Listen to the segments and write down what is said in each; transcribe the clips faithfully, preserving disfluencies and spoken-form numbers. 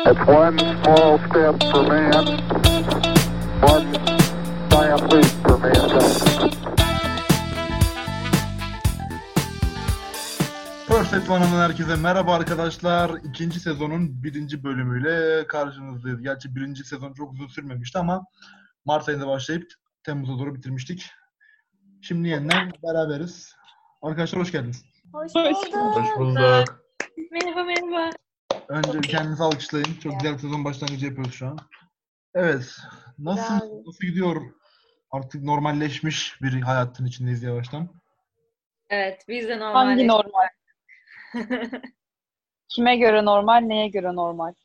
It's one small step for man, one giant leap for mankind. Perfect One'dan herkese merhaba arkadaşlar. İkinci sezonun birinci bölümüyle karşınızdayız. Gerçi birinci sezon çok uzun sürmemişti ama Mart ayında başlayıp Temmuz'a doğru bitirmiştik. Şimdi yeniden beraberiz. Arkadaşlar hoş geldiniz. Hoş bulduk. Hoş bulduk. Merhaba merhaba. Önce bir kendinizi alkışlayın. Çok güzel bir sezon başlangıcı yapıyoruz şu an. Evet. Nasıl Bravo. nasıl gidiyor? Artık normalleşmiş bir hayatın içindeyiz yavaştan. Evet, biz de normal. Hangi normal? Kime göre normal, neye göre normal?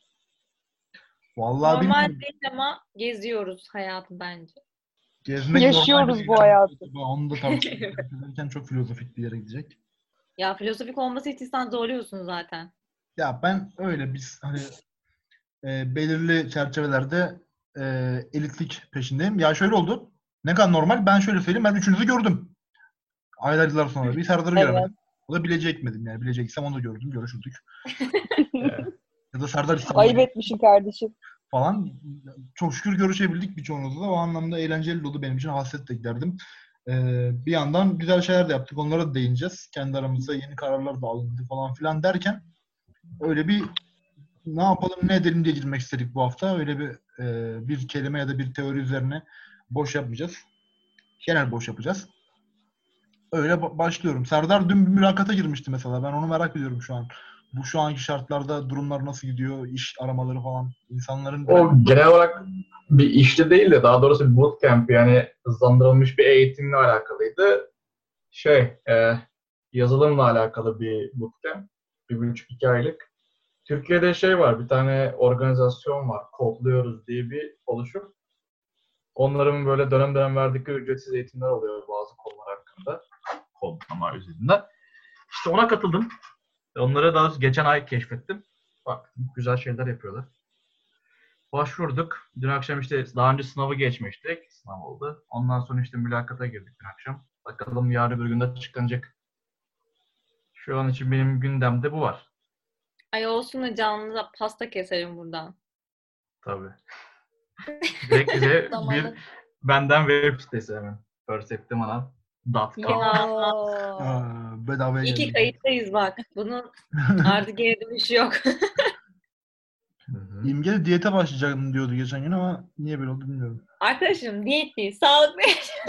Vallahi Normal bilmiyorum. değil ama geziyoruz hayatı bence. Gezmek Yaşıyoruz normal bir bu şey. hayatı. Onu da tartışırken çok filozofik bir yere gidecek. Ya filozofik olması için sen zorluyorsun zaten. Ya ben öyle biz hani e, belirli çerçevelerde e, elitlik peşindeyim. Ya şöyle oldu. Ne kadar normal. Ben şöyle söyleyeyim. Ben üçünüzü gördüm. Aylar yıllar sonra. Bir Serdar'ı Evet. göremedim. O da Bilecik'e gitmedim yani. Bilecik'e gitsem onu da gördüm. Görüşürdük. Ya da Serdar İstanbul'a Ayıp etmişsin kardeşim. falan. Çok şükür görüşebildik birçoğunuzla da. O anlamda eğlenceli oldu benim için. Hasretle giderdim. Ee, bir yandan güzel şeyler de yaptık. Onlara da değineceğiz. Kendi aramızda yeni kararlar da alındı falan filan derken öyle bir ne yapalım ne edelim diye girmek istedik bu hafta. Öyle bir e, bir kelime ya da bir teori üzerine boş yapmayacağız. Genel boş yapacağız. Öyle ba- başlıyorum. Serdar dün bir mülakata girmişti mesela. Ben onu merak ediyorum şu an. Bu şu anki şartlarda durumlar nasıl gidiyor? İş aramaları falan. İnsanların... O genel olarak bir işte değil de daha doğrusu bir bootcamp, yani hızlandırılmış bir eğitimle alakalıydı. Şey, e, yazılımla alakalı bir bootcamp. Bir buçuk iki aylık. Türkiye'de şey var, bir tane organizasyon var. Kodluyoruz diye bir oluşum. Onların böyle dönem dönem verdikleri ücretsiz eğitimler oluyor bazı konular hakkında. Kodlama üzerinden. İşte ona katıldım. Onları daha doğrusu geçen ay keşfettim. Bak, güzel şeyler yapıyorlar. Başvurduk. Dün akşam işte daha önce sınavı geçmiştik. Sınav oldu. Ondan sonra işte mülakata girdik dün akşam. Bakalım yarın bir günde açıklanacak. Şu an için benim gündemde bu var. Ay olsun da canınıza pasta keserim buradan. Tabii. Direkt bize bir Zamanı. benden web sitesi hemen. perceptimanal nokta com. Ya. Aa, bedavaya İyi ki geldi. kayıttayız bak. Bunun artık geri dönüşü yok. Hı hı. İmge de diyete başlayacaktım diyordu geçen gün ama niye böyle oldu bilmiyorum. Arkadaşım diyet değil, sağlıklı.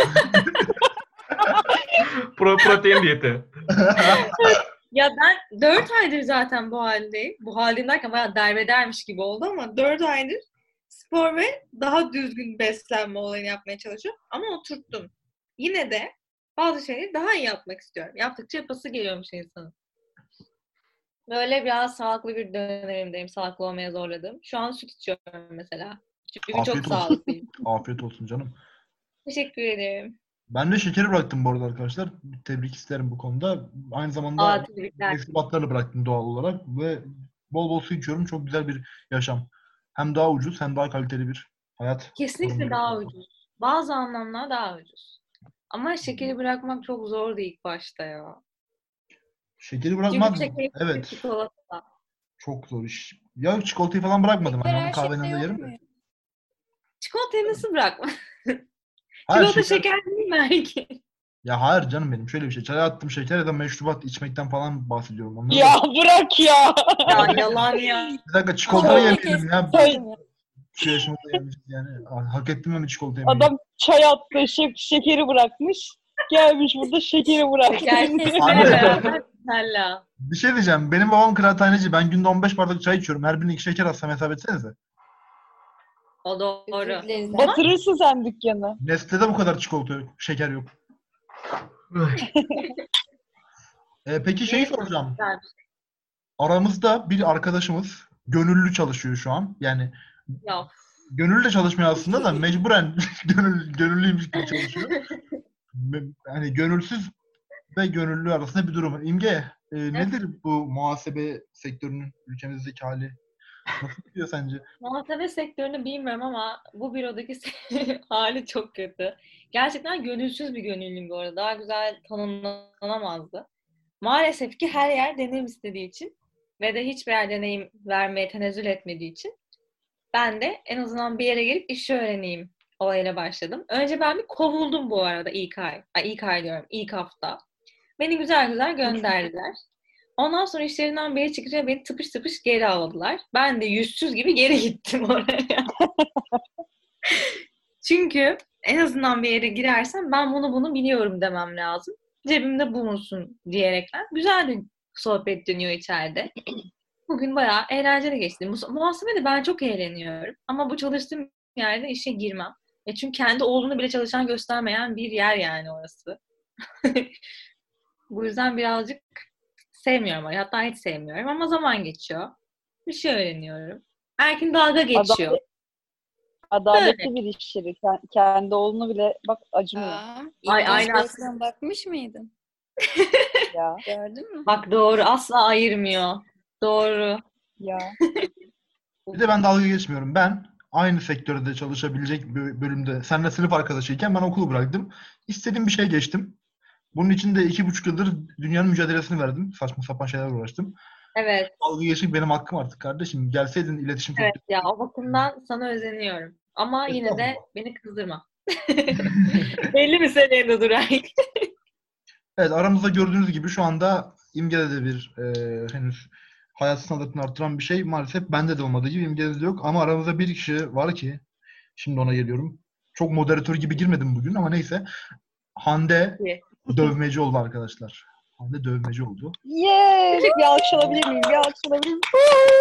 Pro protein diyeti. Ya ben dört aydır zaten bu haldeyim. Bu haldeyim derken bayağı derbedermiş gibi oldu ama dört aydır spor ve daha düzgün beslenme olayını yapmaya çalışıyorum. Ama oturttum. Yine de bazı şeyleri daha iyi yapmak istiyorum. Yaptıkça yapası geliyormuş insanın. Böyle biraz sağlıklı bir dönemimdeyim. Sağlıklı olmaya zorladım. Şu an süt içiyorum mesela. Çünkü çok Afiyet olsun. sağlıklıyım. Afiyet olsun canım. Teşekkür ederim. Ben de şekeri bıraktım bu arada arkadaşlar. Tebrik isterim bu konuda. Aynı zamanda Aa, tebrikler. meşrubatlarla bıraktım doğal olarak ve bol bol su içiyorum. Çok güzel bir yaşam. Hem daha ucuz hem daha kaliteli bir hayat. Kesinlikle sorunları daha var. ucuz. Bazı anlamda daha ucuz. Ama şekeri bırakmak çok zordu ilk başta ya. Şekeri Çünkü bırakmak şeker, evet çikolata. çok zor iş. Ya çikolatayı falan bırakmadım. Hani Şeker onu her kahvenin şeyde yanında yok yerim mu? de. Çikolatayı nasıl bırakma? Hayır, Çikolata şeker- şeker değil mi belki? Ya hayır canım benim. Şöyle bir şey. Çaya attım şeker ya da meşrubat içmekten falan bahsediyorum. Onları Ya da- bırak ya. Ya yalan ya. Bir dakika çikolata Çay yemeyelim ya. Çay- Şu yaşımızda yemişiz yani. Hak ettim mi çikolata yemeyi? Adam çay attı, şek- şekeri bırakmış. Gelmiş burada şekeri bıraktı. Şeker Anne. kesmeye beraber Nutella. Bir şey diyeceğim. Benim babam kıraathaneci. Ben günde on beş bardak çay içiyorum. Her birine iki şeker atsam hesap etsenize. O doğru. Batırırsın sen dükkanı. Nestle'de bu kadar çikolata yok. Şeker yok. E, peki şeyi Neyse, soracağım. güzel. Aramızda bir arkadaşımız gönüllü çalışıyor şu an. Yani Ya. gönüllü de çalışmıyor aslında da mecburen gönüllü, gönüllüymüş gibi çalışıyor. Me- Hani gönülsüz ve gönüllü arasında bir durum var. İmge, e, nedir bu muhasebe sektörünün ülkemizdeki hali? Nasıl gidiyor sence? Muhasebe sektörünü bilmiyorum ama bu bürodaki hali çok kötü. Gerçekten gönülsüz bir gönüllüyüm bu arada. Daha güzel tanımlanamazdı. Maalesef ki her yer deneyim istediği için ve de hiçbir yer deneyim vermeye tenezzül etmediği için Ben de en azından bir yere gelip iş öğreneyim olayla başladım. Önce ben bir kovuldum bu arada ilk ay. Ay, ilk ay diyorum, ilk hafta. Beni güzel güzel gönderdiler. Ondan sonra işlerinden biri çıkınca beni tıpış tıpış geri aldılar. Ben de yüzsüz gibi geri gittim oraya. Çünkü en azından bir yere girersem ben bunu bunu biliyorum demem lazım. Cebimde bulunsun diyerekten. Güzel bir sohbet dönüyor içeride. Bugün bayağı eğlenceli geçti. Mus- Muhasebede ben çok eğleniyorum. Ama bu çalıştığım yerde işe girmem. E çünkü kendi oğlunu bile çalışan göstermeyen bir yer yani orası. Bu yüzden birazcık sevmiyorum. Hatta hiç sevmiyorum ama zaman geçiyor. Bir şey öğreniyorum. Erkin dalga geçiyor. Adalet, adaletli bir iş yeri. Ken- Kendi oğlunu bile bak acımıyor Aa, Ay, İngiliz aynen. Boys'una bakmış mıydın? ya. Gördün mü? Bak doğru, asla ayırmıyor. Doğru. Ya. Bir de ben dalga geçmiyorum. Ben aynı sektörde çalışabilecek bir bölümde seninle sınıf arkadaşıyken ben okulu bıraktım. İstediğim bir şey geçtim. Bunun için de iki buçuk yıldır dünyanın mücadelesini verdim. Saçma sapan şeylerle uğraştım. Evet, Dalga geçmek benim hakkım artık kardeşim. Gelseydin iletişim evet fakültesi. ya o bakımdan sana özeniyorum. Ama yine de Estağfurullah. beni kızdırma. Belli mi seviyede Duray? Evet, aramızda gördüğünüz gibi şu anda İmge'de de bir e, henüz hayat standartını artıran bir şey maalesef bende de olmadığı gibi İmge'de de yok. Ama aramızda bir kişi var ki, şimdi ona geliyorum. Çok moderatör gibi girmedim bugün ama neyse. Hande dövmeci oldu arkadaşlar. Hande dövmeci oldu. Yes! Bir alkış alabilir miyim? Bir alkış alabilir miyim?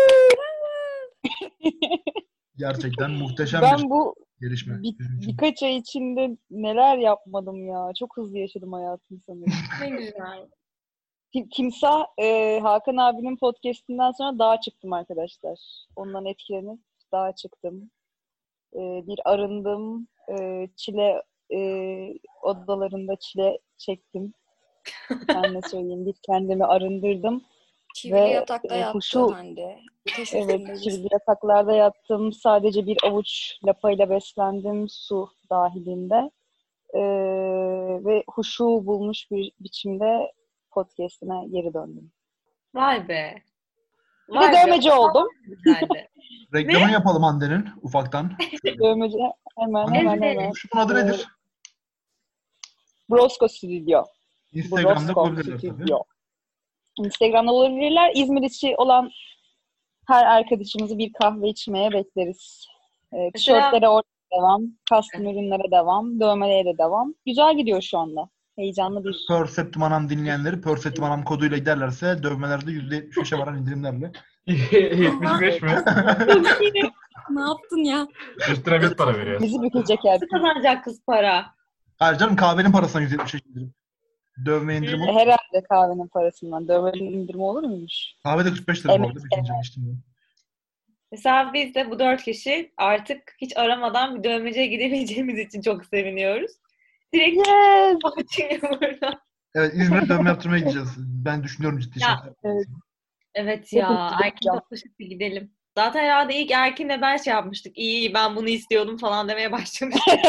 Gerçekten muhteşem Ben bir bu gelişme. bir, bizim için. birkaç ay içinde neler yapmadım ya. Çok hızlı yaşadım hayatımı sanırım. Ne güzel. Tim- Timsah e, Hakan abinin podcastinden sonra dağa çıktım arkadaşlar. Ondan etkilenip dağa çıktım. E, bir arındım. E, çile e, odalarında çile çektim. Ben ne söyleyeyim. Bir kendimi arındırdım. Çivili Ve, yatakta e, yattın huşu- Hande. Ateş Evet, üstündeyiz. çivili yataklarda yattım. Sadece bir avuç lapayla beslendim su dahilinde. E, ve huşu bulmuş bir biçimde podcast'ine geri döndüm. Vay be. Bir Vay de be. dövmeci oldum. Güzeldi. Reklamını yapalım Hande'nin ufaktan. Dövmeci hemen Hande, hemen Evet. hemen. Şunun adı nedir? Brosco Studio. Instagram'da Brosco bulabilirler tabii. Studio. Instagram'da olabilirler. İzmir içi olan her arkadaşımızı bir kahve içmeye bekleriz. Ee, tişörtlere orada devam, custom ürünlere devam, dövmelere de devam. Güzel gidiyor şu anda. Heyecanlı bir... Perceptum Anam dinleyenleri Perceptum Anam koduyla giderlerse dövmelerde yüzde yetmiş beşe varan indirimlerle. yetmiş beş mi? Ne yaptın ya? Üstüne biz para veriyoruz. Bizi bükecek her Nasıl kazanacak kız para? Hayır canım, kahvenin parasından yüzde yetmiş beş indirim. Dövme indirim olur. Herhalde kahvenin parasından. Dövmenin indirimi olur muymuş? Kahve de kırk beş lira bu Evet, arada. Bir fincan içtim. Mesela biz de bu dört kişi artık hiç aramadan bir dövmeciye gidebileceğimiz için çok seviniyoruz. Direkt Yes! açıyor burada. Evet, İzmir'e dövme yaptırmaya gideceğiz. Ben düşünüyorum ciddi Ya, şekilde. Evet. Evet Çok ya, mutlu Erkin olacağım. tanışıp bir gidelim. Zaten herhalde ilk Erkin'le ben şey yapmıştık. İyi iyi ben bunu istiyordum falan demeye başlamıştık.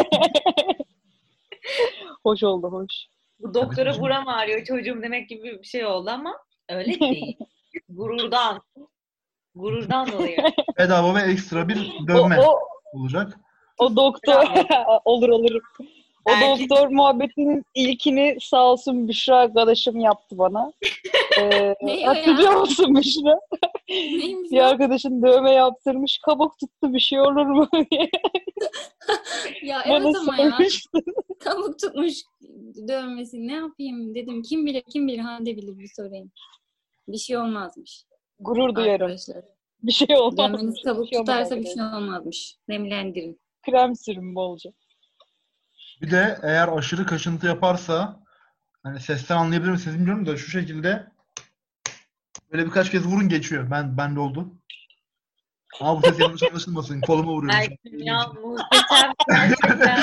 Hoş oldu, hoş. Bu doktora Tabii. buram ağrıyor çocuğum demek gibi bir şey oldu ama öyle değil. Gururdan. Gururdan dolayı. Bedava ve ekstra bir O, dövme o, olacak. o doktor olur olur. O Erkin- doktor muhabbetinin ilkini sağ olsun Büşra arkadaşım yaptı bana. Ee, Ne o ya? hatırlıyor musun Büşra? Neymiş Bir o? arkadaşın dövme yaptırmış. Kabuk tuttu, bir şey olur mu diye Ya evet bana ama ya. sormuştu. Kabuk tutmuş dövmesi. Ne yapayım dedim. Kim bilir kim bilir Hande bilir bir sorayım. Bir şey olmazmış. Gurur duyarım. Arkadaşlar. Bir şey olmaz. Dövmeniz kabuk Bir şey olmaz tutarsa bir şey arkadaşlar. olmazmış. Nemlendirin. Krem sürün bolca. Bir de eğer aşırı kaşıntı yaparsa, hani sesten anlayabilir misiniz bilmiyorum da, şu şekilde böyle birkaç kez vurun geçiyor. Ben bende oldu. Ama bu ses yanlış anlaşılmasın. Koluma vuruyorum. şu an. Erkin ya muhteşem gerçekten.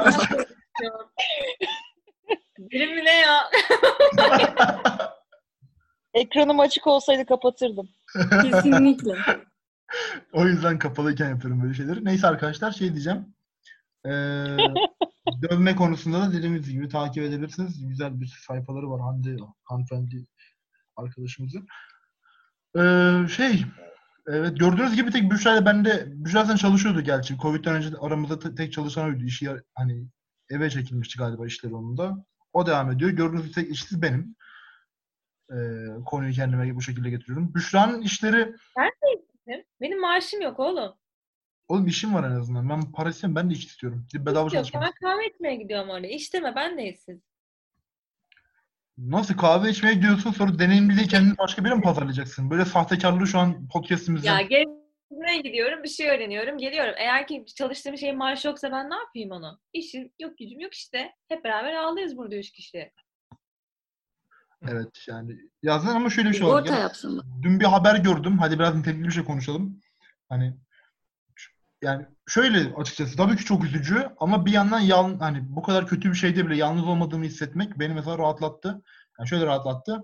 Birim mi ne ya? Ekranım açık olsaydı kapatırdım. Kesinlikle. O yüzden kapalıyken yapıyorum böyle şeyleri. Neyse arkadaşlar, şey diyeceğim. Ee, dövme konusunda da dediğimiz gibi takip edebilirsiniz. Güzel bir sayfaları var Hande hanımefendi arkadaşımızın. Ee, şey Evet, gördüğünüz gibi tek Büşra ile ben de Büşra zaten çalışıyordu gerçi. Covid'den önce aramızda te- tek çalışan oydu. İşi ya- hani eve çekilmişti galiba işleri onun da. O devam ediyor. Gördüğünüz gibi tek işsiz benim. Ee, konuyu kendime bu şekilde getiriyorum. Büşra'nın işleri Ben de istedim. Benim maaşım yok oğlum. oğlum işim var en azından. Ben para istiyorum. Ben de iş istiyorum. Gidip bedava Hiç yok. çalışmak Ben istiyorum. kahve içmeye gidiyorum oraya. İşteme ben de işsiz. Nasıl kahve içmeye gidiyorsun sonra deneyimliliği kendini başka birine mi pazarlayacaksın? Böyle sahtekarlığı şu an Ya podcast'imizden. gezmeye gidiyorum, bir şey öğreniyorum, geliyorum. Eğer ki çalıştığım şeyin maaşı yoksa ben ne yapayım onu? İşim yok, gücüm yok işte. Hep beraber ağlarız burada üç kişi. Evet yani. Yazın ama şöyle bir şey var. Sigorta Ya, yapsın. dün bir haber gördüm. Hadi biraz nitelikli bir şey konuşalım. Hani yani şöyle açıkçası tabii ki çok üzücü ama bir yandan yal, hani bu kadar kötü bir şeyde bile yalnız olmadığımı hissetmek beni mesela rahatlattı. Yani şöyle rahatlattı.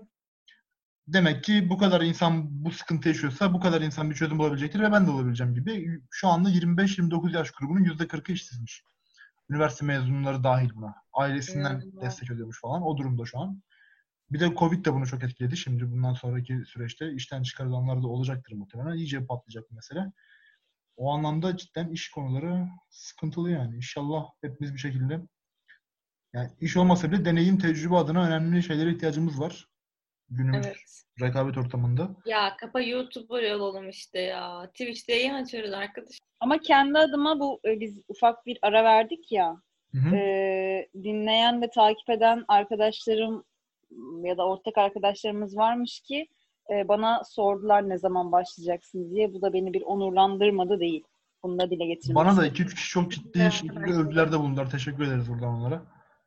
Demek ki bu kadar insan bu sıkıntı yaşıyorsa bu kadar insan bir çözüm bulabilecektir ve ben de olabileceğim gibi. Şu anda yirmi beş yirmi dokuz yaş grubunun yüzde kırkı işsizmiş. Üniversite mezunları dahil buna. Ailesinden İnanılmaz. destek ödüyormuş falan. O durumda şu an. Bir de Covid de bunu çok etkiledi. Şimdi bundan sonraki süreçte işten çıkarılanlar da olacaktır muhtemelen. İyice patlayacak bir mesele. O anlamda cidden iş konuları sıkıntılı yani. İnşallah hepimiz bir şekilde yani iş olmasa bile deneyim, tecrübe adına önemli şeylere ihtiyacımız var. Günümüz Evet. rekabet ortamında. Ya kapa YouTuber olalım işte ya. Twitch'te yayın açıyoruz arkadaş. Ama kendi adıma bu e, biz ufak bir ara verdik ya. Hı hı. e, dinleyen ve takip eden arkadaşlarım ya da ortak arkadaşlarımız varmış ki e, bana sordular ne zaman başlayacaksın diye. Bu da beni bir onurlandırmadı değil. Bunu da dile getirmek Bana da istedim. iki üç kişi çok ciddi şekilde övgülerde bulundular. Teşekkür ederiz buradan onlara.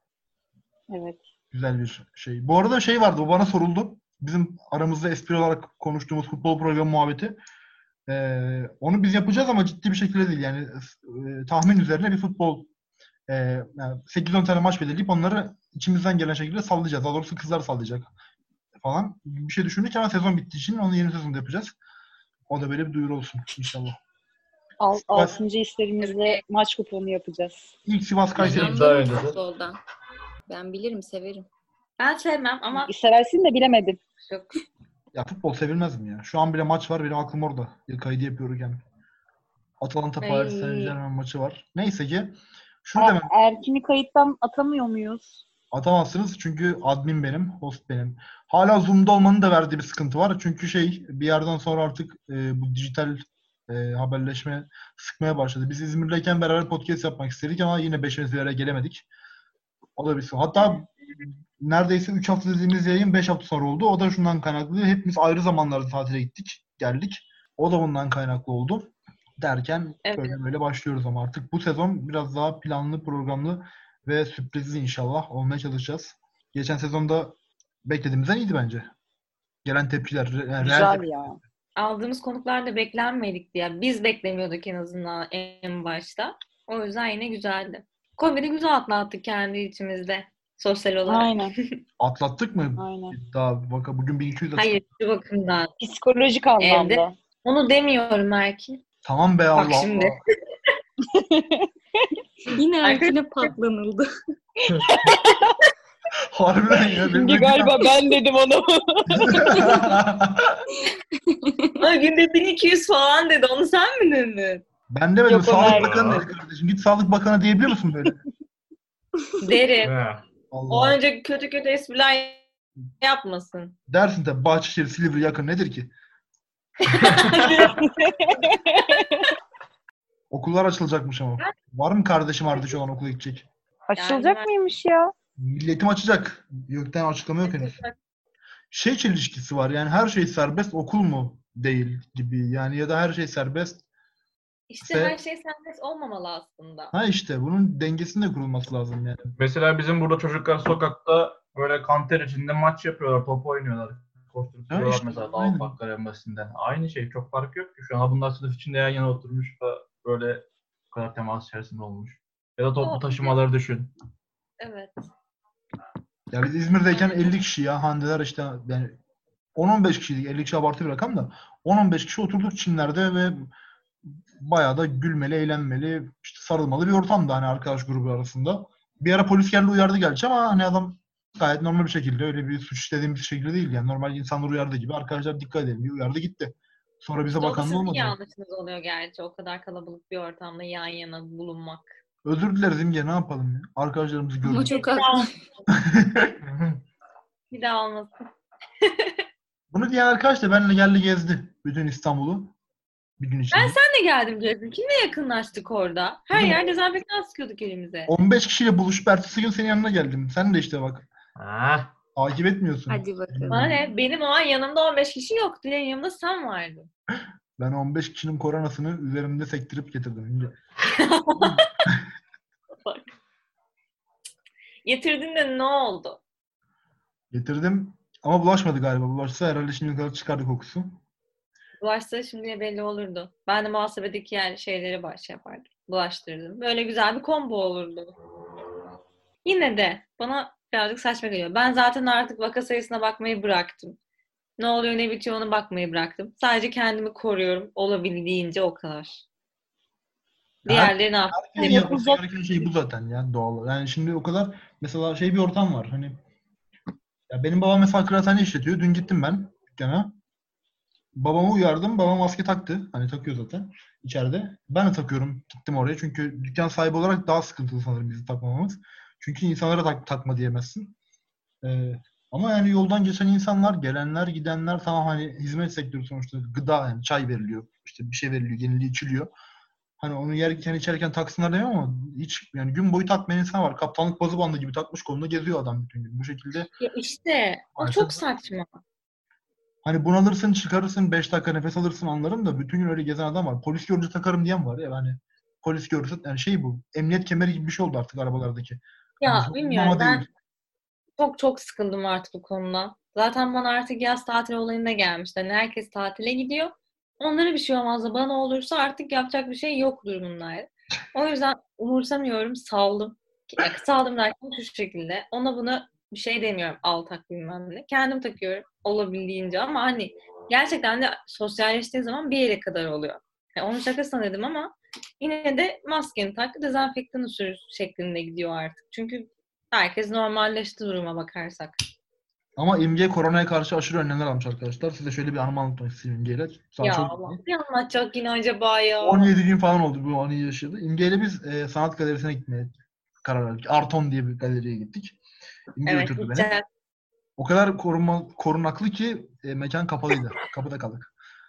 Evet. Güzel bir şey. Bu arada şey vardı, bu bana soruldu. Bizim aramızda espri olarak konuştuğumuz futbol programı muhabbeti. Ee, onu biz yapacağız ama ciddi bir şekilde değil. Yani e, tahmin üzerine bir futbol e, yani sekiz on tane maç belirleyip onları içimizden gelen şekilde sallayacağız. Daha doğrusu kızlar sallayacak falan. Bir şey düşündük ama sezon bittiği için onu yeni sezonda yapacağız. O da böyle bir duyuru olsun inşallah. Al, Sivas, altıncı hislerimizle maç kuponu yapacağız. ilk Sivas Ben Kayseri. iddia Anlarım öncesi. futboldan. Ben bilirim, severim. Ben sevmem ama Seversin de bilemedim. yok. Ya futbol sevilmez mi ya? Şu an bile maç var. Benim aklım orada. Ya kaydı yapıyorken. Atalanta Paris Ay. Saint-Germain maçı var. Neyse ki şunu Er, demem. Erkin'i kayıttan atamıyor muyuz? Atamazsınız çünkü admin benim, host benim. Hala Zoom'da olmanın da verdiği bir sıkıntı var. Çünkü şey bir yerden sonra artık e, bu dijital e, haberleşme sıkmaya başladı. Biz İzmir'deyken beraber podcast yapmak istedik ama yine beşimiz bir araya gelemedik. O da bir sorun. Hatta neredeyse üç hafta dediğimiz yayın beş hafta sonra oldu. O da şundan kaynaklı. Hepimiz ayrı zamanlarda tatile gittik, geldik. O da bundan kaynaklı oldu. Derken Evet. böyle böyle başlıyoruz ama artık bu sezon biraz daha planlı, programlı ve sürprizli inşallah olmaya çalışacağız. Geçen sezonda beklediğimizden iyiydi bence. Gelen tepkiler, yani real Güzel tepki. ya. Aldığımız konuklar da beklenmedikti ya. Biz beklemiyorduk en azından en başta. O yüzden yine güzeldi. Covid'i güzel atlattık kendi içimizde. Sosyal olarak. Aynen. Atlattık mı? Aynen. Daha bak bugün bin iki yüz açık. Hayır şu bakımdan. Psikolojik anlamda. Evde. Onu demiyorum Erkin. Tamam be Allah Bak şimdi. Allah. Yine Arkadaşlar- Erkin'e patlanıldı. Harbiden ya. benim Şimdi de- galiba ben dedim onu. Ama günde bin iki yüz falan dedi. Onu sen mi dedin? Ben demedim. Yok, o Sağlık Merve. Bakanı dedi kardeşim. Git Sağlık Bakanı diyebiliyor musun böyle? Derim. He. Allah. O önce kötü kötü espriler yapmasın. Dersin tabii Bahçeşehir, Silivri yakın nedir ki? Okullar açılacakmış ama. Var mı kardeşim kardeşi olan okula gidecek? Açılacak Yani- mıymış ya? Milletim açacak. Gökten açıklama yok henüz. Şey çelişkisi var yani her şey serbest okul mu değil gibi yani ya da her şey serbest. İşte Se- her şey serbest olmamalı aslında. Ha işte bunun dengesinin de kurulması lazım yani. Mesela bizim burada çocuklar sokakta böyle kanter içinde maç yapıyorlar, top oynuyorlar. Koşturup Ha duruyorlar işte, mesela aynen. Dağ Parklar en basitinden. Aynı şey, çok fark yok ki. Şu an bunlar sınıf içinde yan yana oturmuş da böyle bu kadar temas içerisinde olmuş. Ya da toplu O- taşımaları düşün. Evet. Ya biz İzmir'deyken elli kişi ya Handeler işte yani on on beş kişiydik. elli kişi abartı bir rakam da. on on beş kişi oturduk çimlerde ve bayağı da gülmeli, eğlenmeli, işte sarılmalı bir ortamdı hani arkadaş grubu arasında. Bir ara polis geldi uyardı gerçi ama hani adam gayet normal bir şekilde öyle bir suç işlediğimiz şekilde değil yani normal insanlar uyardığı gibi arkadaşlar dikkat edin diye uyardı gitti. Sonra bize İşte o da bakan da sizin olmadı. yanlışınız oluyor gerçi. O kadar kalabalık bir ortamda yan yana bulunmak. Özür dileriz İmge, ne yapalım ya? Arkadaşlarımızı Ama gördük. çok Bir daha, haklı. bir daha olmasın. Bunu diyen arkadaş da benimle geldi gezdi bütün İstanbul'u. Bir gün içinde. Ben senle geldim gezdim. Kimle yakınlaştık orada? Her Kızım, yer dezenfektan sıkıyorduk elimize. on beş kişiyle buluşup ertesi gün senin yanına geldim. Sen de işte bak. Ah, Takip etmiyorsun. Hadi bakalım. Bana ne? Benim o an yanımda on beş kişi yok. Dileğin yanımda sen vardın. Ben on beş kişinin koronasını üzerimde sektirip getirdim. İmge. Bak. Getirdin de ne oldu? Getirdim ama bulaşmadı galiba. Bulaşsa herhalde şimdi yukarı çıkardı kokusu. Bulaşsa şimdiye belli olurdu. Ben de muhasebedeki yer şeyleri baş yapardım. Bulaştırırdım. Böyle güzel bir combo olurdu. Yine de bana birazcık saçma geliyor. Ben zaten artık vaka sayısına bakmayı bıraktım. Ne oluyor ne bitiyor ona bakmayı bıraktım. Sadece kendimi koruyorum. Olabildiğince o kadar. Diğerleri ne yapıyor? Herkesin Yani yapması okulda- gereken şey bu zaten ya, doğal. Yani şimdi o kadar mesela şey bir ortam var. Hani ya benim babam mesela kıraathane işletiyor. Dün gittim ben dükkana. Babamı uyardım. Babam maske taktı. Hani takıyor zaten içeride. Ben de takıyorum. Gittim oraya. Çünkü dükkan sahibi olarak daha sıkıntılı sanırım bizi takmamamız. Çünkü insanlara tak, takma diyemezsin. Ee, ama yani yoldan geçen insanlar, gelenler, gidenler, tamam hani hizmet sektörü sonuçta, gıda yani çay veriliyor. İşte bir şey veriliyor, yeniliği içiliyor. Hani onu yerken içerken taksınlar demiyorum ama hiç yani gün boyu takmayan insan var. Kaptanlık bazı bandı gibi takmış koluna geziyor adam bütün gün. Bu şekilde Ya işte o Maalesef- çok saçma. hani bunalırsın, çıkarırsın, beş dakika nefes alırsın anlarım da bütün gün öyle gezen adam var. Polis görünce takarım diyen var ya, hani polis görürse yani şey bu. Emniyet kemeri gibi bir şey oldu artık arabalardaki. Ya Yani bilmiyorum ama ben değil. çok çok sıkıldım artık bu konuda. Zaten bana artık yaz tatili olayına gelmişti. Hani herkes tatile gidiyor. Onlara bir şey olmaz da bana olursa artık yapacak bir şey yok durumundaydı. O yüzden umursamıyorum, saldım. Ya, saldım derken şu şekilde. Ona buna bir şey demiyorum. Al tak bilmem ne. Kendim takıyorum olabildiğince ama hani gerçekten de sosyalleştiğin zaman bir yere kadar oluyor. Yani onun şakasına dedim ama yine de maskeni tak, dezenfektanı sür şeklinde gidiyor artık. Çünkü herkes normalleşti duruma bakarsak. Ama İMG koronaya karşı aşırı önlemler almış arkadaşlar. Size şöyle bir anımı anlatmak istiyorum İMG'yle. Sağ Ya çok Allah, ne anlatacak yine acaba ya? on yedi gün falan oldu bu anıyı yaşadı. İMG'yle biz e, sanat galerisine gitmeye karar verdik. Arton diye bir galeriye gittik. İMG Evet, götürdü beni. gideceğiz. O kadar korunma, korunaklı ki e, mekan kapalıydı. Kapıda kaldık.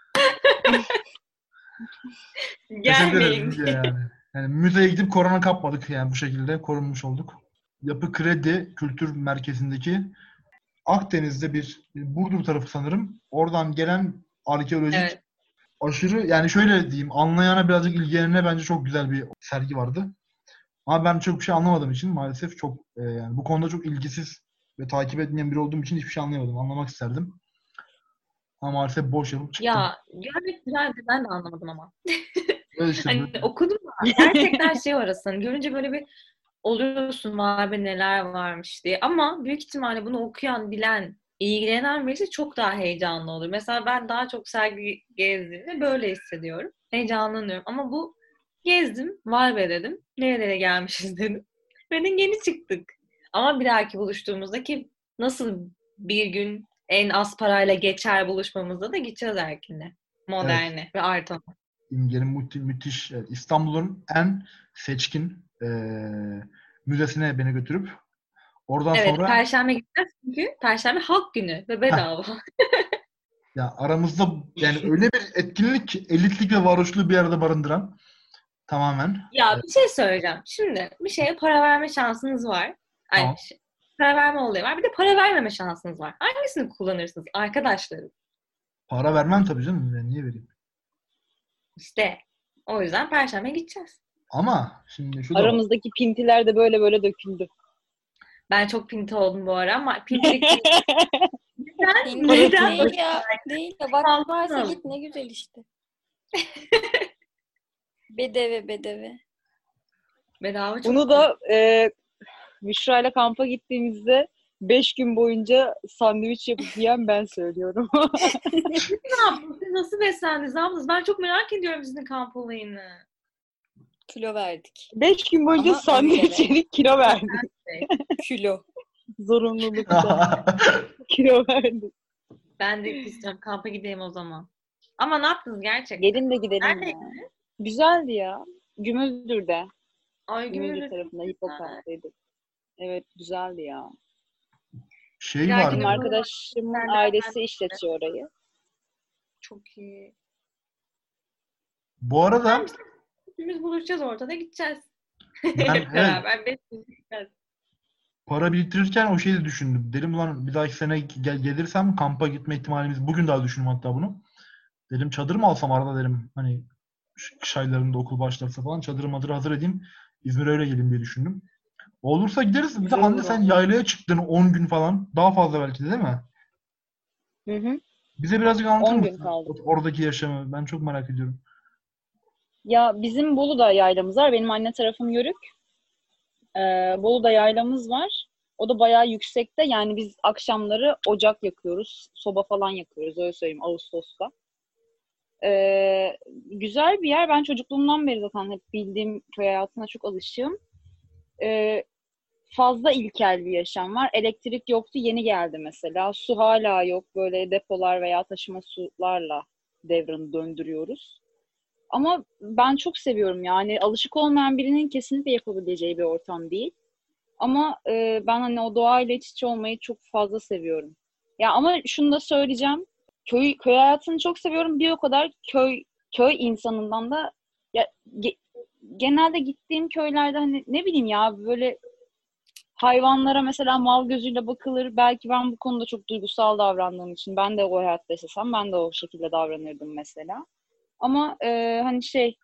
Teşekkür ederim Gelmeyin. İMG yani. Yani müzeye gidip korona kapmadık yani, bu şekilde korunmuş olduk. Yapı Kredi Kültür Merkezi'ndeki Akdeniz'de bir Burdur tarafı sanırım. Oradan gelen arkeolojik Evet. aşırı yani şöyle diyeyim, anlayana birazcık ilgilenene bence çok güzel bir sergi vardı. Ama ben çok bir şey anlamadığım için maalesef çok e, yani bu konuda çok ilgisiz ve takip etmeyen biri olduğum için hiçbir şey anlayamadım. Anlamak isterdim. Ama maalesef boş yapıp çıktım. Ya görmek güzeldi. Ben de anlamadım ama. Böyle işte Hani böyle. okudum da gerçekten şey orası. Görünce böyle bir oluyorsun vay be neler varmış diye. Ama büyük ihtimalle bunu okuyan, bilen, ilgilenen birisi çok daha heyecanlı olur. Mesela ben daha çok sergi gezdiğimde böyle hissediyorum. Heyecanlanıyorum. Ama bu gezdim, vay be dedim. Nerelere gelmişiz dedim. Ve de yeni çıktık. Ama bir dahaki buluştuğumuzda ki nasıl bir gün en az parayla geçer buluşmamızda da gideceğiz Erkin'le. Moderne ve Arton'a. İmge'nin müthiş, müthiş evet, İstanbul'un en seçkin e, müzesine beni götürüp oradan Evet, sonra Perşembe gideceğiz çünkü Perşembe halk günü ve bedava. ya aramızda yani öyle bir etkinlik, elitlik ve varoşluğu bir arada barındıran tamamen. Ya bir şey söyleyeceğim. Şimdi bir şeye para verme şansınız var. Ay, Tamam. şey, para verme olayı var. Bir de para vermeme şansınız var. Hangisini kullanırsınız arkadaşlarım? Para vermem tabii canım. Ben niye vereyim? İşte o yüzden Perşembe gideceğiz. Ama şimdi şu da var. Aramızdaki pintiler de böyle böyle döküldü. Ben çok pinti oldum bu ara ama pintilik neden? Değil, Neden? değil ya. Değil ya. Bak varsa git ne güzel işte. Bedeve bedeve. Bedava çok. Bunu da e, Büşra'yla kampa gittiğimizde beş gün boyunca sandviç yapıp yiyen ben söylüyorum. ne yaptınız? Siz nasıl beslendiniz? Ne yaptınız? Ben çok merak ediyorum sizin kamp olayını. Kilo verdik. Beş gün boyunca Ama sandviç öyle. yedik, kilo verdik. Kilo. Zorunlulukta kilo verdik. Ben de istiyorum. Kampa gideyim o zaman. Ama ne yaptınız gerçekten? Gelin de gidelim Nerede? ya. Güzeldi ya. Gümüldür'de. Ay Gümüldür Gümüldür tarafında çok güzel. Hipokamp'taydık. Evet güzeldi ya. Şey Bir var dahakine Benim mı? bunu- arkadaşımın Senden ailesi işletiyor orayı. Çok iyi. Bu arada Tamam, hepimiz buluşacağız ortada gideceğiz. ben Hep evet, beraber beş kişi gideceğiz. para biriktirirken o şeyi de düşündüm. Dedim ulan bir dahaki sene gel- gelirsem kampa gitme ihtimalimiz, bugün daha düşündüm hatta bunu. Dedim çadır mı alsam arada, dedim hani şu kış aylarında okul başlarsa falan çadırı madır hazır edeyim. İzmir'e öyle geleyim diye düşündüm. Olursa gideriz. Bir de Güzel Hande olur sen valla. yaylaya çıktın on gün falan. Daha fazla belki de değil mi? Hı hı. Bize birazcık anlatır on gün mısın kaldım. oradaki yaşamı? Ben çok merak ediyorum. Ya bizim Bolu'da yaylamız var. Benim anne tarafım Yörük. Ee, Bolu'da yaylamız var. O da bayağı yüksekte. Yani biz akşamları ocak yakıyoruz. Soba falan yakıyoruz. Öyle söyleyeyim Ağustos'ta. Ee, güzel bir yer. Ben çocukluğumdan beri zaten hep bildiğim köy hayatına çok alışığım. Ee, fazla ilkel bir yaşam var. Elektrik yoktu. Yeni geldi mesela. Su hala yok. Böyle depolar veya taşıma sularla devranı döndürüyoruz. Ama ben çok seviyorum yani. Alışık olmayan birinin kesinlikle yapabileceği bir ortam değil. Ama e, ben hani o doğayla iç içe olmayı çok fazla seviyorum. Ya ama şunu da söyleyeceğim. Köy köy hayatını çok seviyorum. Bir o kadar köy köy insanından da ya ge- genelde gittiğim köylerde hani ne bileyim ya böyle hayvanlara mesela mal gözüyle bakılır. Belki ben bu konuda çok duygusal davrandığım için ben de o hayatta yaşasam ben de o şekilde davranırdım mesela. Ama e, hani şey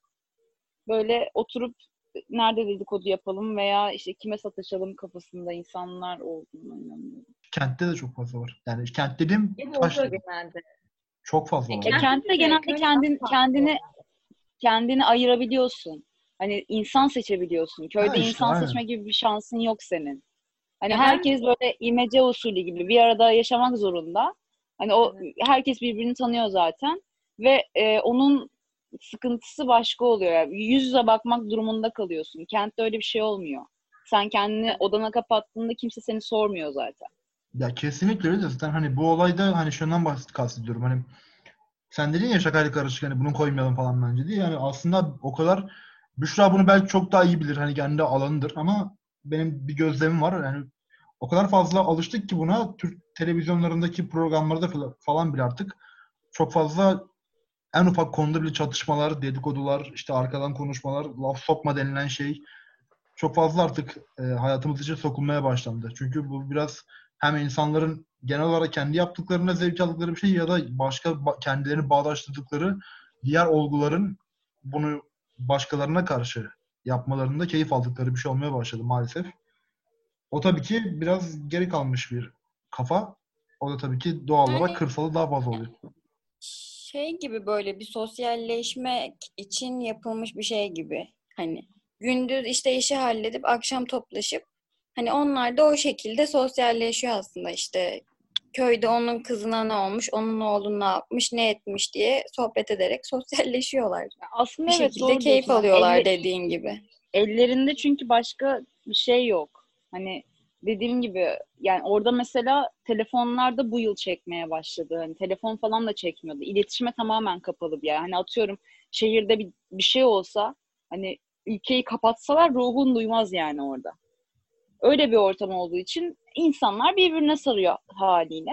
böyle oturup nerede dedikodu yapalım veya işte kime sataşalım kafasında insanlar olduğunu inanıyorum. Kentte de çok fazla var. Yani kent dediğim Hep taş oluyor dedim. genelde. Çok fazla E, var. Ya Yani. kentte de, genelde köyde kendin daha kendini farklı. kendini ayırabiliyorsun. Hani insan seçebiliyorsun. Ha Köyde işte insan seçme aynen. gibi bir şansın yok senin. Hani Ya ben herkes böyle imece usulü gibi bir arada yaşamak zorunda. Hani o evet. herkes birbirini tanıyor zaten ve e, onun sıkıntısı başka oluyor. Yani yüz yüze bakmak durumunda kalıyorsun. Kentte öyle bir şey olmuyor. Sen kendini odana kapattığında kimse seni sormuyor zaten. Ya kesinlikle öyle de zaten hani bu olayda hani şundan bahs- kastediyorum. Hani sen dedin ya şakayla karışık hani bunu koymayalım falan bence diye. Yani aslında o kadar Büşra bunu belki çok daha iyi bilir. Hani kendi alanıdır ama benim bir gözlemim var. Yani o kadar fazla alıştık ki buna Türk televizyonlarındaki programlarda fala- falan bile artık çok fazla en ufak konuda bile çatışmalar, dedikodular, işte arkadan konuşmalar, laf sokma denilen şey çok fazla artık e, hayatımız içine sokulmaya başlandı. Çünkü bu biraz hem insanların genel olarak kendi yaptıklarına zevk aldıkları bir şey ya da başka ba- kendilerini bağdaştırdıkları diğer olguların bunu başkalarına karşı yapmalarında keyif aldıkları bir şey olmaya başladı maalesef. O tabii ki biraz geri kalmış bir kafa. O da tabii ki doğal olarak Yani kırsalı daha fazla oluyor. şey gibi böyle bir sosyalleşmek için yapılmış bir şey gibi. Hani gündüz işte işi halledip akşam toplaşıp hani onlar da o şekilde sosyalleşiyor aslında işte köyde onun kızına ne olmuş, onun oğlu ne yapmış, ne etmiş diye sohbet ederek sosyalleşiyorlar. Aslında Bir evet şekilde doğru keyif diyorsun. Hani alıyorlar elle, dediğin gibi. ellerinde çünkü başka bir şey yok. Hani dediğim gibi yani orada mesela telefonlar da bu yıl çekmeye başladı. Hani telefon falan da çekmiyordu. İletişime tamamen kapalı bir yer. Hani atıyorum şehirde bir, bir şey olsa hani ülkeyi kapatsalar ruhun duymaz yani orada. Öyle bir ortam olduğu için insanlar birbirine sarıyor haliyle.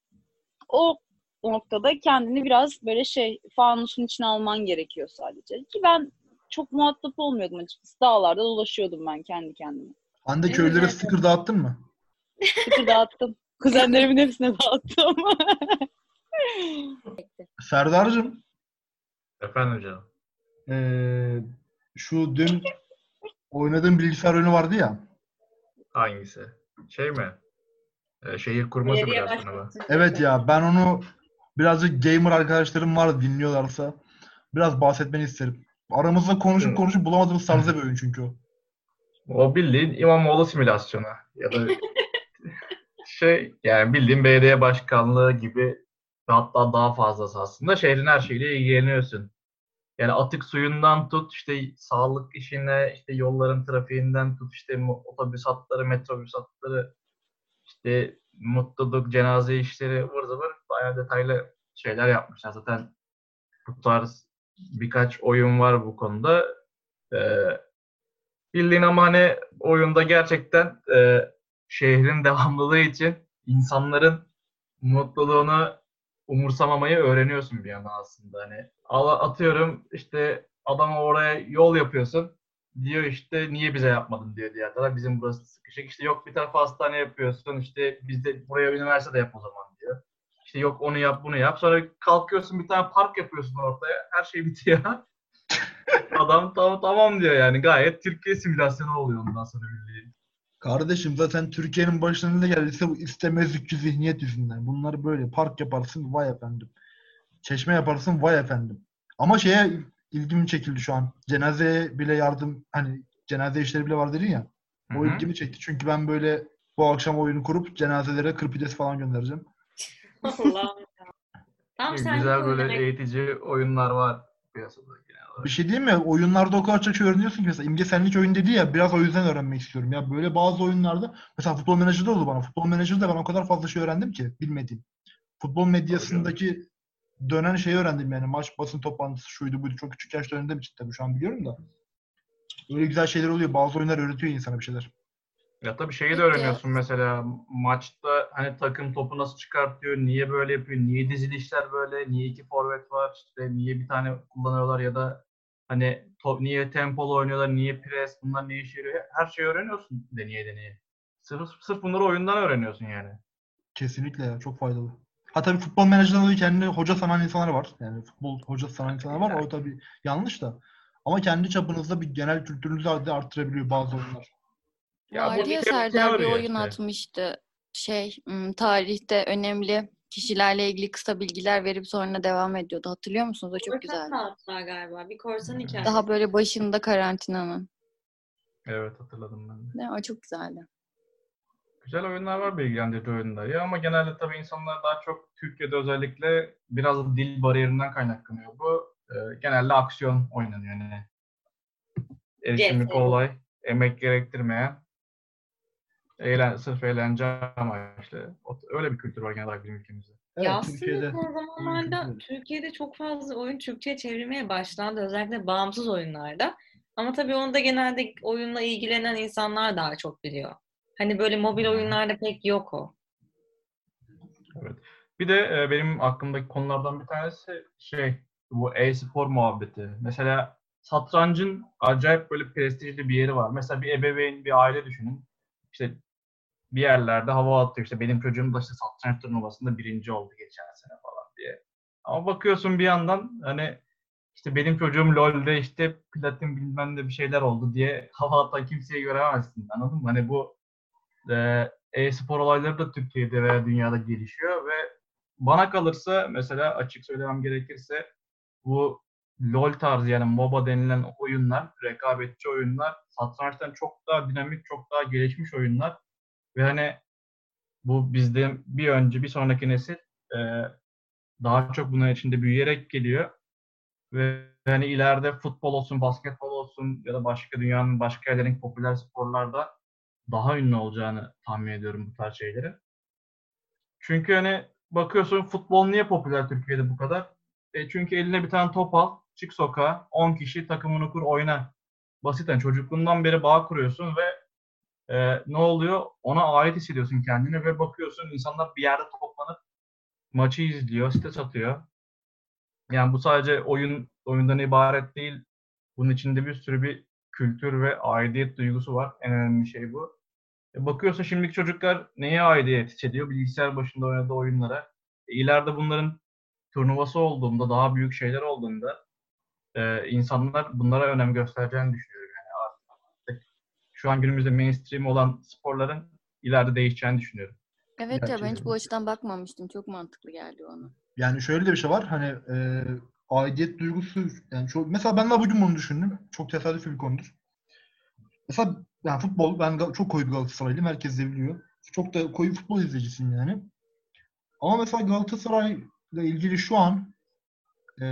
O noktada kendini biraz böyle şey fanusun içine alman gerekiyor sadece. Ki ben çok muhatap olmuyordum açıkçası. Dağlarda dolaşıyordum ben kendi kendime. Hande Ne köylere güzel. sticker dağıttın mı? Sıkı dağıttım. Kuzenlerimin hepsine dağıttım. Serdar'cığım Efendim canım. eee, şu dün oynadığım bilgisayar oyunu vardı ya. Hangisi? Şey mi? Ee, şehir kurma Belediye simülasyonu mu? başkanı. Evet ya ben onu birazcık gamer arkadaşlarım var dinliyorlarsa biraz bahsetmeni isterim. Aramızda konuşup Hı. konuşup bulamadığımız tarzda bir oyun çünkü o. O bildiğin İmamoğlu simülasyonu. Ya da şey yani bildiğin belediye başkanlığı gibi ve hatta daha fazlası aslında. Şehrin her şeyiyle ilgileniyorsun. Yani atık suyundan tut işte sağlık işine, işte yolların trafiğinden tut işte mu- otobüs hatları, metrobüs hatları, işte mutluluk, cenaze işleri ıvır zıvır bayağı detaylı şeyler yapmışlar. Zaten Bu tarz birkaç oyun var bu konuda. Ee, bildiğin ama hani oyunda gerçekten e, şehrin devamlılığı için insanların mutluluğunu umursamamayı öğreniyorsun bir yandan aslında. Hani al- atıyorum işte adama oraya yol yapıyorsun. Diyor işte niye bize yapmadın diyor diğer taraf. Bizim burası sıkışık. İşte yok bir tarafa hastane yapıyorsun. İşte biz de buraya üniversite de yap o zaman diyor. İşte yok onu yap bunu yap. Sonra kalkıyorsun bir tane park yapıyorsun ortaya. Her şey bitiyor. Adam tamam tamam diyor yani. Gayet Türkiye simülasyonu oluyor ondan sonra bildiğin. Kardeşim zaten Türkiye'nin başına ne geldiyse bu istemezlikçi zihniyet yüzünden. Bunları böyle park yaparsın vay efendim. Çeşme yaparsın vay efendim. Ama şeye ilgimi çekildi şu an. Cenazeye bile yardım hani cenaze işleri bile var dedin ya. O Hı hı. ilgimi çekti. Çünkü ben böyle bu akşam oyunu kurup cenazelere kır pidesi falan göndereceğim. Allah'ım. Tam senlik Güzel böyle oyunlar. eğitici oyunlar var piyasada genel olarak. Bir şey diyeyim mi? Oyunlarda o kadar çok şey öğreniyorsun ki mesela imgesellik oyun dedi ya biraz o yüzden öğrenmek istiyorum. Ya böyle bazı oyunlarda mesela futbol menajeri oldu bana. Futbol menajerde ben o kadar fazla şey öğrendim ki bilmediğim. Futbol medyasındaki dönen şeyi öğrendim yani. Maç basın toplantısı şuydu buydu. Çok küçük yaşta öğrendiğim için tabii şu an biliyorum da. Öyle güzel şeyler oluyor. Bazı oyunlar öğretiyor insana bir şeyler. Ya tabii şeyi de Evet ya. öğreniyorsun mesela maçta hani takım topu nasıl çıkartıyor, niye böyle yapıyor, niye dizilişler böyle, niye iki forvet var, işte niye bir tane kullanıyorlar ya da hani top, niye tempolu oynuyorlar, niye pres, bunlar ne işe yarıyor. Her şeyi öğreniyorsun deneye deneye. Sırf, sırf bunları oyundan öğreniyorsun yani. Kesinlikle ya. Çok faydalı. Ha tabii futbol menajerleri kendini hoca sanan insanlar var. Yani futbol hocası sanan insanlar var. O tabii yanlış da. Ama kendi çapınızda bir genel kültürünüzü de arttırabiliyor bazı oyunlar. Ya Vardı bu ya nitelikine Serdar bir varıyor oyun işte. atmıştı. Şey, hmm, tarihte önemli kişilerle ilgili kısa bilgiler verip sonra devam ediyordu. Hatırlıyor musunuz? O çok Korsan güzeldi. da attılar galiba. Bir korsan hikayesi. Daha böyle başında karantinanın. Evet hatırladım ben de. Değil mi? O çok güzeldi. Güzel oyunlar var bilgilendirici oyunlar ya ama genelde tabii insanlar daha çok Türkiye'de özellikle biraz da dil bariyerinden kaynaklanıyor bu. Ee, genelde aksiyon oynanıyor yani. Erişimi C S. kolay, emek gerektirmeyen, eğlen, sırf eğlence amaçlı. O- Öyle bir kültür var genel olarak bizim ülkemizde. Ya Evet aslında Türkiye'de son oyun zamanlarda kültürü. Türkiye'de çok fazla oyun Türkçe'ye çevrilmeye başlandı. Özellikle bağımsız oyunlarda. Ama tabii onu da genelde oyunla ilgilenen insanlar daha çok biliyor. Hani böyle mobil oyunlarda pek yok o. Evet. Bir de e, benim aklımdaki konulardan bir tanesi şey bu e-spor muhabbeti. Mesela satrancın acayip böyle prestijli bir yeri var. Mesela bir ebeveyn, bir aile düşünün. İşte bir yerlerde hava atıyor. İşte benim çocuğum da işte satranç turnuvasında birinci oldu geçen sene falan diye. Ama bakıyorsun bir yandan hani işte benim çocuğum LoL'de işte platin bilmem de bir şeyler oldu diye hava atan kimseyi göremezsin. Anladın mı? Hani bu e, e-spor olayları da Türkiye'de veya dünyada gelişiyor ve bana kalırsa mesela açık söylemem gerekirse bu LoL tarzı yani MOBA denilen oyunlar, rekabetçi oyunlar satrançtan çok daha dinamik, çok daha gelişmiş oyunlar ve hani bu bizden bir önce, bir sonraki nesil e, daha çok bunun içinde büyüyerek geliyor. Ve hani ileride futbol olsun, basketbol olsun ya da başka dünyanın başka yerlerinin popüler sporlarda daha ünlü olacağını tahmin ediyorum bu tarz şeyleri. Çünkü hani bakıyorsun futbol niye popüler Türkiye'de bu kadar? E çünkü eline bir tane top al, çık sokağa, on kişi takımını kur, oyna. Basitten çocukluğundan beri bağ kuruyorsun ve e, ne oluyor? Ona ait hissediyorsun kendini ve bakıyorsun insanlar bir yerde toplanıp maçı izliyor, site satıyor. Yani bu sadece oyun oyundan ibaret değil. Bunun içinde bir sürü bir kültür ve aidiyet duygusu var. En önemli şey bu. E bakıyorsun şimdiki çocuklar neye aidiyet hissediyor? Bilgisayar başında oynadığı oyunlara. E ileride bunların turnuvası olduğunda, daha büyük şeyler olduğunda e, insanlar bunlara önem göstereceğini düşünüyorum. Yani artık şu an günümüzde mainstream olan sporların ileride değişeceğini düşünüyorum. Evet ya ben hiç Gerçekten. bu açıdan bakmamıştım. Çok mantıklı geldi bana. Yani şöyle de bir şey var. Hani e, aidiyet duygusu yani çok, mesela ben de bugün bunu düşündüm. Çok tesadüfi bir konudur. Mesela yani futbol ben Gal- çok koyu bir Galatasaraylıyım. Herkes de biliyor. Çok da koyu futbol izleyicisiyim yani. Ama mesela Galatasaray'la ilgili şu an e,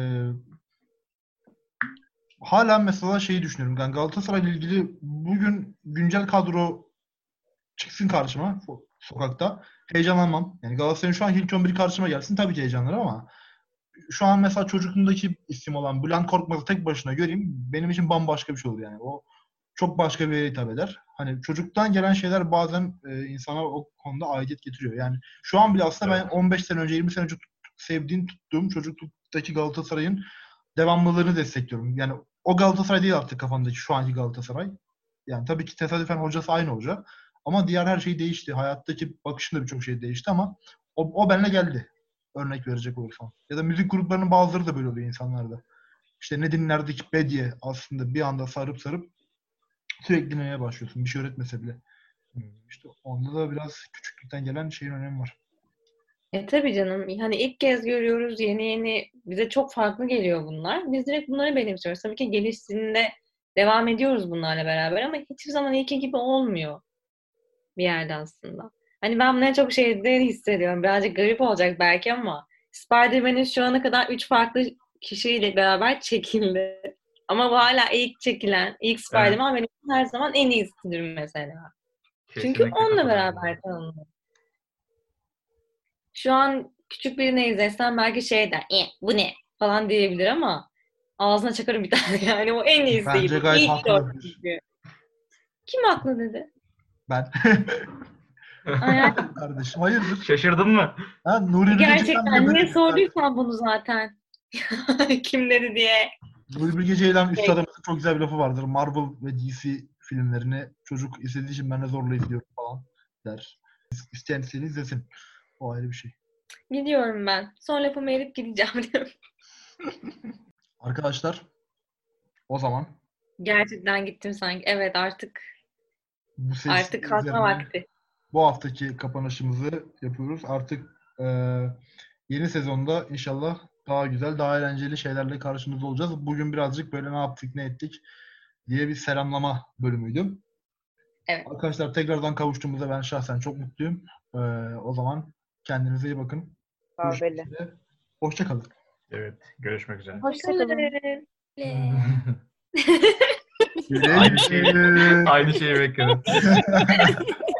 hala mesela şeyi düşünüyorum. Yani Galatasaray'la ilgili bugün güncel kadro çıksın karşıma sokakta. Heyecanlanmam. Yani Galatasaray'ın şu an ilk on biri karşıma gelsin tabii ki heyecanlanırım ama şu an mesela çocukluğumdaki isim olan Bülent Korkmaz'ı tek başına göreyim, benim için bambaşka bir şey olur yani. O çok başka bir yere hitap eder. Hani çocuktan gelen şeyler bazen e, insana o konuda aidiyet getiriyor. Yani şu an bile aslında ben on beş sene önce, yirmi sene önce tut- sevdiğim, tuttuğum çocukluktaki Galatasaray'ın devamlılığını destekliyorum. Yani o Galatasaray değil artık kafamdaki şu anki Galatasaray. Yani tabii ki tesadüfen hocası aynı hoca. Ama diğer her şey değişti. Hayattaki bakışında birçok şey değişti ama o, o benimle geldi. Örnek verecek olursam. Ya da müzik gruplarının bazıları da böyle oluyor insanlarda. İşte ne dinlerdik be diye aslında bir anda sarıp sarıp sürekli dinlemeye başlıyorsun. Bir şey öğretmese bile. İşte onda da biraz küçüklükten gelen şeyin önemi var. E tabii canım. Hani ilk kez görüyoruz, yeni yeni bize çok farklı geliyor bunlar. Biz direkt bunları benimsiyoruz. Tabii ki geliştiğinde devam ediyoruz bunlarla beraber ama hiçbir zaman ilki gibi olmuyor bir yerde aslında. Hani ben bunları çok şeyde hissediyorum. Birazcık garip olacak belki ama Spider-Man'in şu ana kadar üç farklı kişiyle beraber çekildi. Ama bu hala ilk çekilen, ilk Spider-Man benim için her zaman en iyisidir mesela. Çünkü Kesinlikle onunla katılıyorum. beraber tanınıyor. Şu an küçük birini izlesem belki şey der, e, bu ne falan diyebilir ama ağzına çakarım bir tane yani o en iyisi. Bence Bu gayet ilk haklı dört bir- çünkü. Kim haklı dedi? Ben. Ay, Kardeşim hayırdır? Şaşırdın mı? Ha, Nuri Bilge Ceylan bile gerçekten niye böyle. sorduysan bunu zaten. Kim dedi diye. Nuri Bilge Ceylan üstadımızın çok güzel bir lafı vardır. Marvel ve D C filmlerini çocuk istediği için ben de zorla izliyorum falan der. İsteyen istediğini izlesin. O ayrı bir şey. Gidiyorum ben. Son lafımı edip gideceğim. Arkadaşlar o zaman Gerçekten gittim sanki. Evet artık bu sesli artık kalkma üzerine vakti. bu haftaki kapanışımızı yapıyoruz. Artık e, yeni sezonda inşallah daha güzel, daha eğlenceli şeylerle karşınızda olacağız. Bugün birazcık böyle ne yaptık, ne ettik diye bir selamlama bölümüydü. Evet. Arkadaşlar tekrardan kavuştuğumuzda ben şahsen çok mutluyum. E, o zaman kendinize iyi bakın. Görüşmek Belli. üzere. Hoşça kalın. Evet, görüşmek üzere. Hoşçakalın. Aynı şeyi, aynı şeyi bekledim.